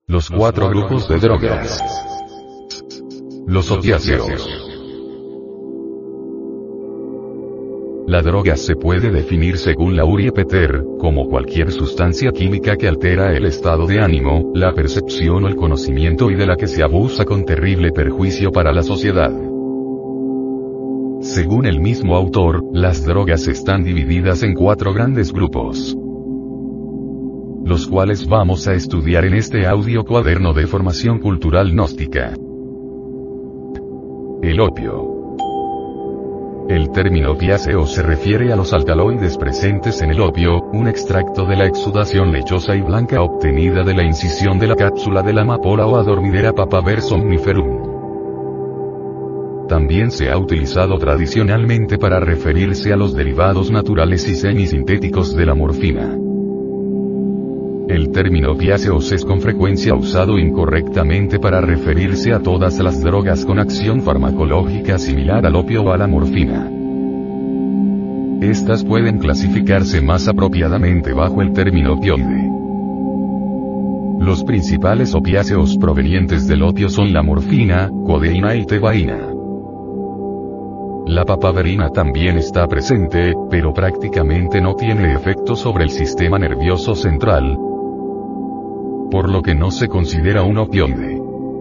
Los 4 grupos de drogas. Los opiáceos. La droga se puede definir según Laurie Peter, como cualquier sustancia química que altera el estado de ánimo, la percepción o el conocimiento y de la que se abusa con terrible perjuicio para la sociedad. Según el mismo autor, las drogas están divididas en 4 grandes grupos, los cuales vamos a estudiar en este audio cuaderno de formación cultural gnóstica. El opio. El término opiáceo se refiere a los alcaloides presentes en el opio, un extracto de la exudación lechosa y blanca obtenida de la incisión de la cápsula de la amapola o Adormidera papaver somniferum. También se ha utilizado tradicionalmente para referirse a los derivados naturales y semisintéticos de la morfina. El término opiáceos es con frecuencia usado incorrectamente para referirse a todas las drogas con acción farmacológica similar al opio o a la morfina. Estas pueden clasificarse más apropiadamente bajo el término opioide. Los principales opiáceos provenientes del opio son la morfina, codeína y tebaína. La papaverina también está presente, pero prácticamente no tiene efecto sobre el sistema nervioso central, por lo que no se considera un opioide.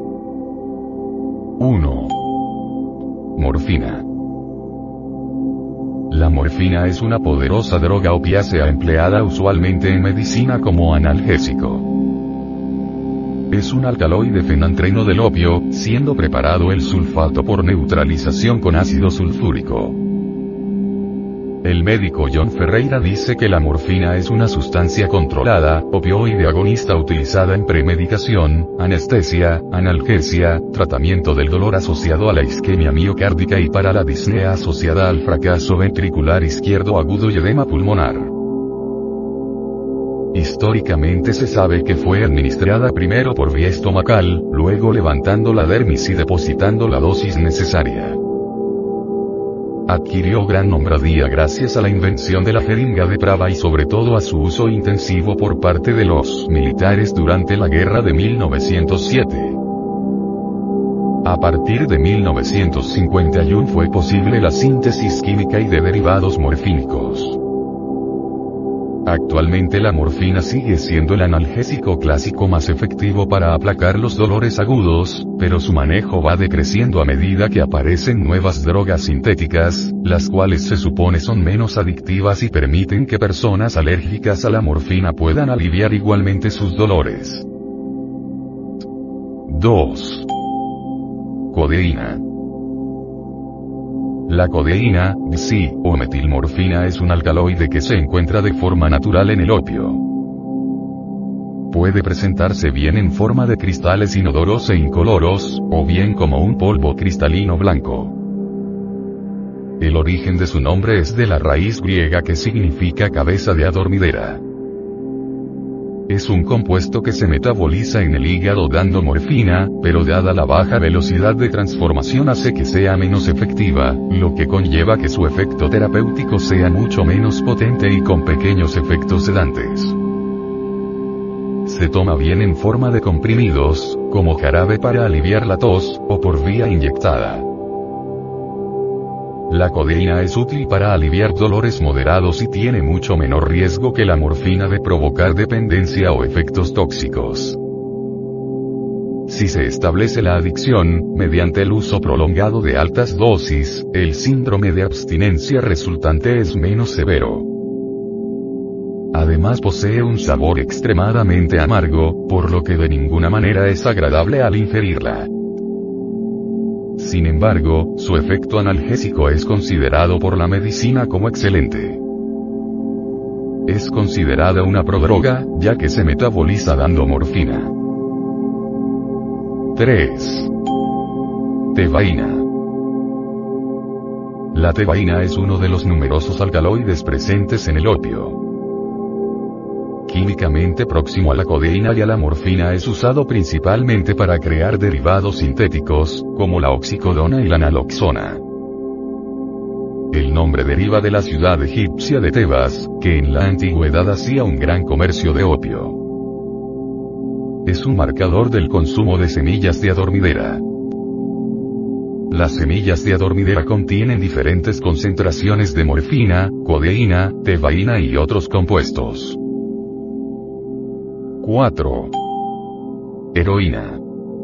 1. Morfina. La morfina es una poderosa droga opiácea empleada usualmente en medicina como analgésico. Es un alcaloide fenantreno del opio, siendo preparado el sulfato por neutralización con ácido sulfúrico. El médico John Ferreira dice que la morfina es una sustancia controlada, opioide agonista utilizada en premedicación, anestesia, analgesia, tratamiento del dolor asociado a la isquemia miocárdica y para la disnea asociada al fracaso ventricular izquierdo agudo y edema pulmonar. Históricamente se sabe que fue administrada primero por vía estomacal, luego levantando la dermis y depositando la dosis necesaria. Adquirió gran nombradía gracias a la invención de la jeringa de Prava y sobre todo a su uso intensivo por parte de los militares durante la guerra de 1907. A partir de 1951 fue posible la síntesis química y de derivados morfínicos. Actualmente la morfina sigue siendo el analgésico clásico más efectivo para aplacar los dolores agudos, pero su manejo va decreciendo a medida que aparecen nuevas drogas sintéticas, las cuales se supone son menos adictivas y permiten que personas alérgicas a la morfina puedan aliviar igualmente sus dolores. 2. Codeína. La codeína, sí, o metilmorfina es un alcaloide que se encuentra de forma natural en el opio. Puede presentarse bien en forma de cristales inodoros e incoloros, o bien como un polvo cristalino blanco. El origen de su nombre es de la raíz griega que significa cabeza de adormidera. Es un compuesto que se metaboliza en el hígado dando morfina, pero dada la baja velocidad de transformación hace que sea menos efectiva, lo que conlleva que su efecto terapéutico sea mucho menos potente y con pequeños efectos sedantes. Se toma bien en forma de comprimidos, como jarabe para aliviar la tos, o por vía inyectada. La codeína es útil para aliviar dolores moderados y tiene mucho menor riesgo que la morfina de provocar dependencia o efectos tóxicos. Si se establece la adicción, mediante el uso prolongado de altas dosis, el síndrome de abstinencia resultante es menos severo. Además posee un sabor extremadamente amargo, por lo que de ninguna manera es agradable al ingerirla. Sin embargo, su efecto analgésico es considerado por la medicina como excelente. Es considerada una prodroga, ya que se metaboliza dando morfina. 3. Tebaína. La tebaína es uno de los numerosos alcaloides presentes en el opio. Químicamente próximo a la codeína y a la morfina es usado principalmente para crear derivados sintéticos, como la oxicodona y la naloxona. El nombre deriva de la ciudad egipcia de Tebas, que en la antigüedad hacía un gran comercio de opio. es un marcador del consumo de semillas de adormidera. Las semillas de adormidera contienen diferentes concentraciones de morfina, codeína, tebaína y otros compuestos. 4. Heroína.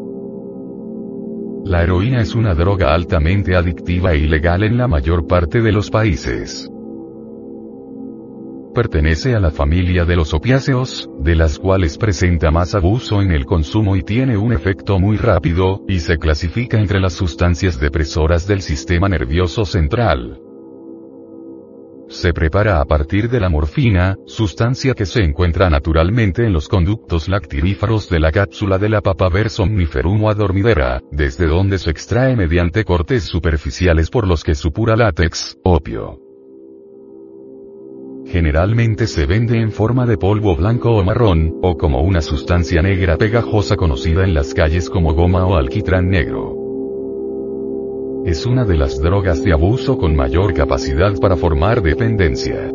La heroína es una droga altamente adictiva e ilegal en la mayor parte de los países. Pertenece a la familia de los opiáceos, de las cuales presenta más abuso en el consumo y tiene un efecto muy rápido, y se clasifica entre las sustancias depresoras del sistema nervioso central. Se prepara a partir de la morfina, sustancia que se encuentra naturalmente en los conductos lactiríferos de la cápsula de la Papaver somniferum o adormidera, desde donde se extrae mediante cortes superficiales por los que supura látex, opio. Generalmente se vende en forma de polvo blanco o marrón, o como una sustancia negra pegajosa conocida en las calles como goma o alquitrán negro. Es una de las drogas de abuso con mayor capacidad para formar dependencia.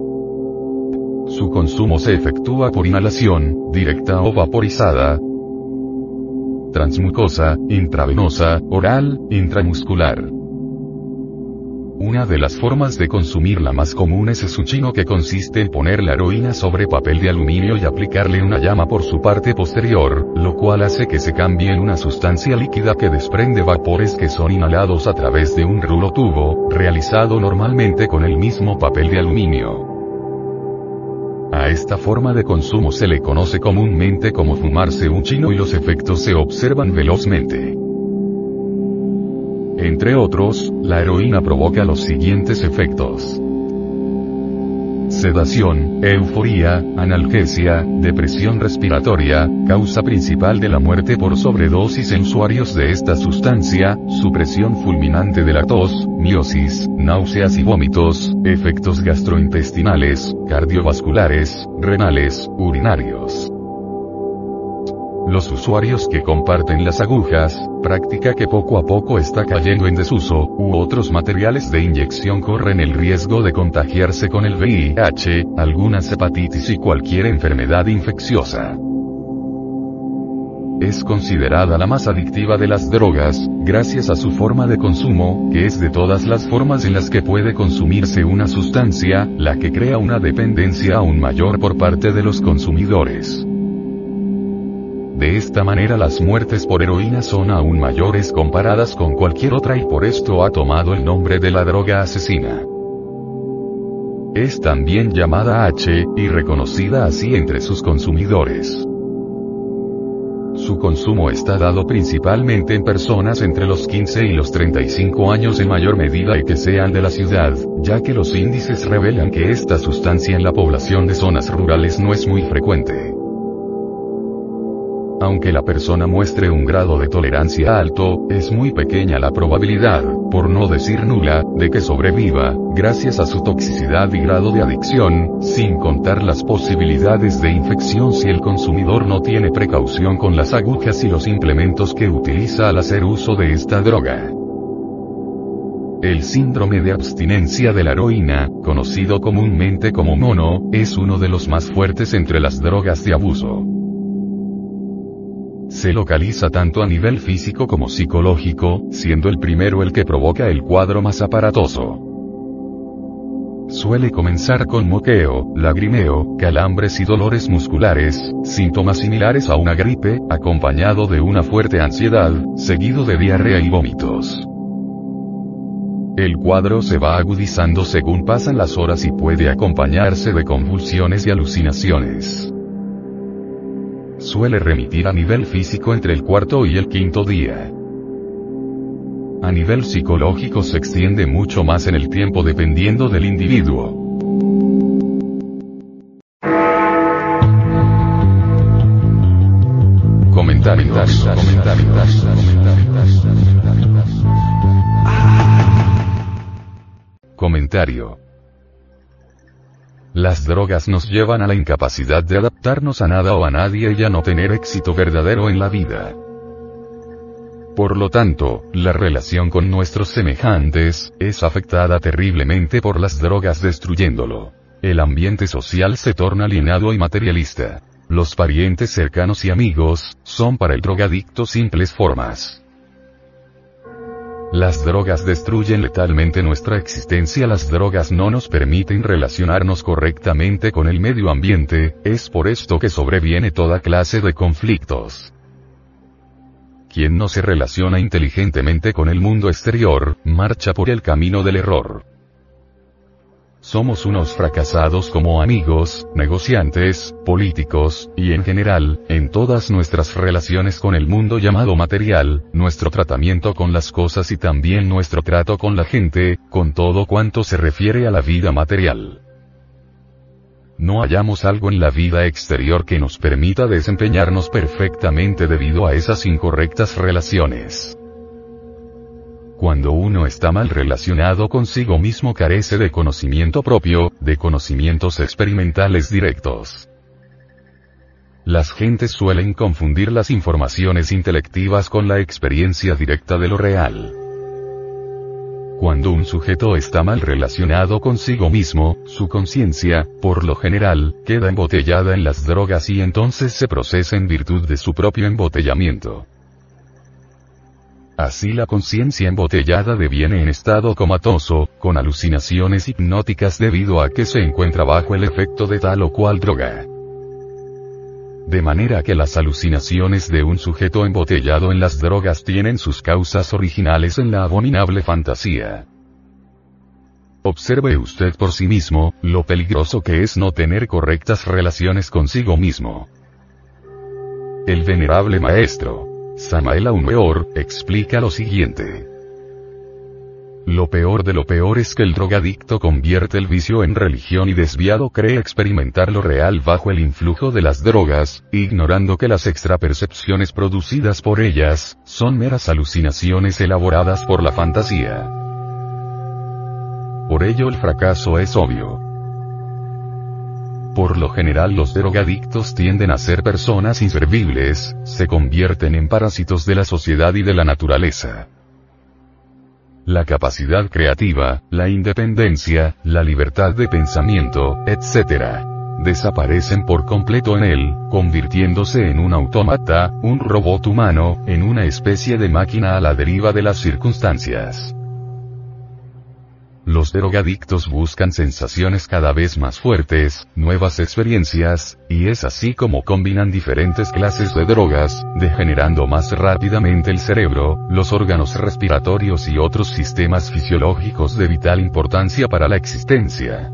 Su consumo se efectúa por inhalación, directa o vaporizada, transmucosa, intravenosa, oral, intramuscular. Una de las formas de consumirla más comunes es un chino, que consiste en poner la heroína sobre papel de aluminio y aplicarle una llama por su parte posterior, lo cual hace que se cambie en una sustancia líquida que desprende vapores que son inhalados a través de un rulo tubo, realizado normalmente con el mismo papel de aluminio. A esta forma de consumo se le conoce comúnmente como fumarse un chino y los efectos se observan velozmente. Entre otros, la heroína provoca los siguientes efectos: sedación, euforía, analgesia, depresión respiratoria, causa principal de la muerte por sobredosis en usuarios de esta sustancia, supresión fulminante de la tos, miosis, náuseas y vómitos, efectos gastrointestinales, cardiovasculares, renales, urinarios. Los usuarios que comparten las agujas, práctica que poco a poco está cayendo en desuso, u otros materiales de inyección corren el riesgo de contagiarse con el VIH, algunas hepatitis y cualquier enfermedad infecciosa. Es considerada la más adictiva de las drogas, gracias a su forma de consumo, que es de todas las formas en las que puede consumirse una sustancia, la que crea una dependencia aún mayor por parte de los consumidores. De esta manera las muertes por heroína son aún mayores comparadas con cualquier otra y por esto ha tomado el nombre de la droga asesina. Es también llamada H, y reconocida así entre sus consumidores. Su consumo está dado principalmente en personas entre los 15 y los 35 años en mayor medida y que sean de la ciudad, ya que los índices revelan que esta sustancia en la población de zonas rurales no es muy frecuente. Aunque la persona muestre un grado de tolerancia alto, es muy pequeña la probabilidad, por no decir nula, de que sobreviva, gracias a su toxicidad y grado de adicción, sin contar las posibilidades de infección si el consumidor no tiene precaución con las agujas y los implementos que utiliza al hacer uso de esta droga. El síndrome de abstinencia de la heroína, conocido comúnmente como mono, es uno de los más fuertes entre las drogas de abuso. Se localiza tanto a nivel físico como psicológico, siendo el primero el que provoca el cuadro más aparatoso. Suele comenzar con moqueo, lagrimeo, calambres y dolores musculares, síntomas similares a una gripe, acompañado de una fuerte ansiedad, seguido de diarrea y vómitos. El cuadro se va agudizando según pasan las horas y puede acompañarse de convulsiones y alucinaciones. Suele remitir a nivel físico entre el cuarto y el quinto día. A nivel psicológico se extiende mucho más en el tiempo dependiendo del individuo. Comentarios. Comentario. Las drogas nos llevan a la incapacidad de adaptarnos a nada o a nadie y a no tener éxito verdadero en la vida. Por lo tanto, la relación con nuestros semejantes es afectada terriblemente por las drogas destruyéndolo. El ambiente social se torna alienado y materialista. Los parientes cercanos y amigos, son para el drogadicto simples formas. Las drogas destruyen letalmente nuestra existencia. Las drogas no nos permiten relacionarnos correctamente con el medio ambiente, es por esto que sobreviene toda clase de conflictos. Quien no se relaciona inteligentemente con el mundo exterior, marcha por el camino del error. Somos unos fracasados como amigos, negociantes, políticos, y en general, en todas nuestras relaciones con el mundo llamado material, nuestro tratamiento con las cosas y también nuestro trato con la gente, con todo cuanto se refiere a la vida material. No hallamos algo en la vida exterior que nos permita desempeñarnos perfectamente debido a esas incorrectas relaciones. Cuando uno está mal relacionado consigo mismo carece de conocimiento propio, de conocimientos experimentales directos. Las gentes suelen confundir las informaciones intelectivas con la experiencia directa de lo real. Cuando un sujeto está mal relacionado consigo mismo, su conciencia, por lo general, queda embotellada en las drogas y entonces se procesa en virtud de su propio embotellamiento. Así la conciencia embotellada deviene en estado comatoso, con alucinaciones hipnóticas debido a que se encuentra bajo el efecto de tal o cual droga. De manera que las alucinaciones de un sujeto embotellado en las drogas tienen sus causas originales en la abominable fantasía. Observe usted por sí mismo, lo peligroso que es no tener correctas relaciones consigo mismo. El venerable maestro Samael Aun Weor explica lo siguiente. Lo peor de lo peor es que el drogadicto convierte el vicio en religión y desviado cree experimentar lo real bajo el influjo de las drogas, ignorando que las extrapercepciones producidas por ellas, son meras alucinaciones elaboradas por la fantasía. Por ello el fracaso es obvio. Por lo general los drogadictos tienden a ser personas inservibles, se convierten en parásitos de la sociedad y de la naturaleza. La capacidad creativa, la independencia, la libertad de pensamiento, etc., desaparecen por completo en él, convirtiéndose en un autómata, un robot humano, en una especie de máquina a la deriva de las circunstancias. Los drogadictos buscan sensaciones cada vez más fuertes, nuevas experiencias, y es así como combinan diferentes clases de drogas, degenerando más rápidamente el cerebro, los órganos respiratorios y otros sistemas fisiológicos de vital importancia para la existencia.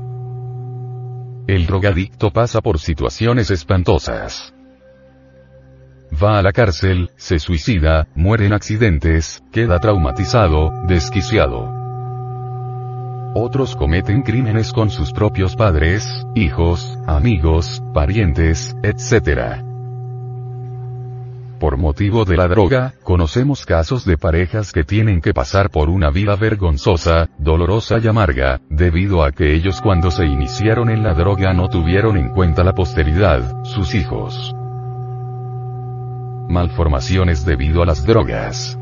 El drogadicto pasa por situaciones espantosas. Va a la cárcel, se suicida, muere en accidentes, queda traumatizado, desquiciado. Otros cometen crímenes con sus propios padres, hijos, amigos, parientes, etc. Por motivo de la droga, conocemos casos de parejas que tienen que pasar por una vida vergonzosa, dolorosa y amarga, debido a que ellos cuando se iniciaron en la droga no tuvieron en cuenta la posteridad, sus hijos. Malformaciones debido a las drogas.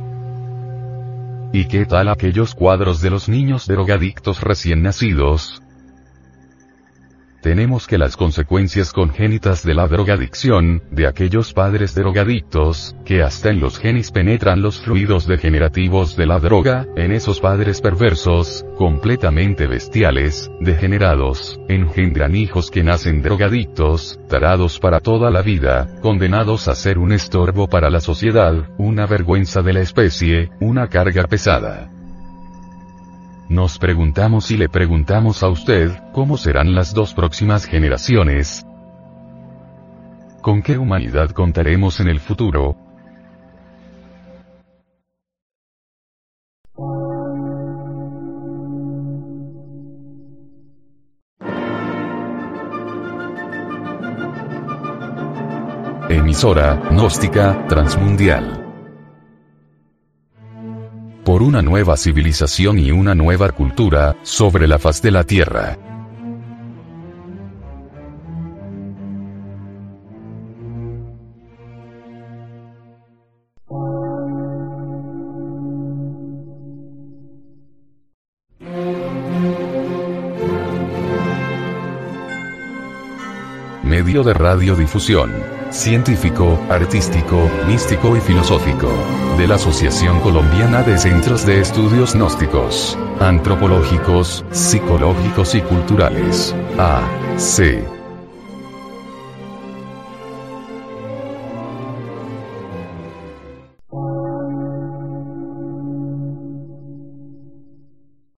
¿Y qué tal aquellos cuadros de los niños drogadictos recién nacidos? Tenemos que las consecuencias congénitas de la drogadicción, de aquellos padres drogadictos, que hasta en los genes penetran los fluidos degenerativos de la droga, en esos padres perversos, completamente bestiales, degenerados, engendran hijos que nacen drogadictos, tarados para toda la vida, condenados a ser un estorbo para la sociedad, una vergüenza de la especie, una carga pesada. Nos preguntamos y le preguntamos a usted, ¿cómo serán las dos próximas generaciones? ¿Con qué humanidad contaremos en el futuro? Emisora gnóstica transmundial. Por una nueva civilización y una nueva cultura, sobre la faz de la Tierra. medio de radiodifusión, científico, artístico, místico y filosófico, de la Asociación Colombiana de Centros de Estudios Gnósticos, Antropológicos, Psicológicos y Culturales, AC.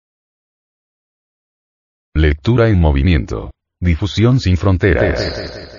Lectura en movimiento. Difusión sin fronteras.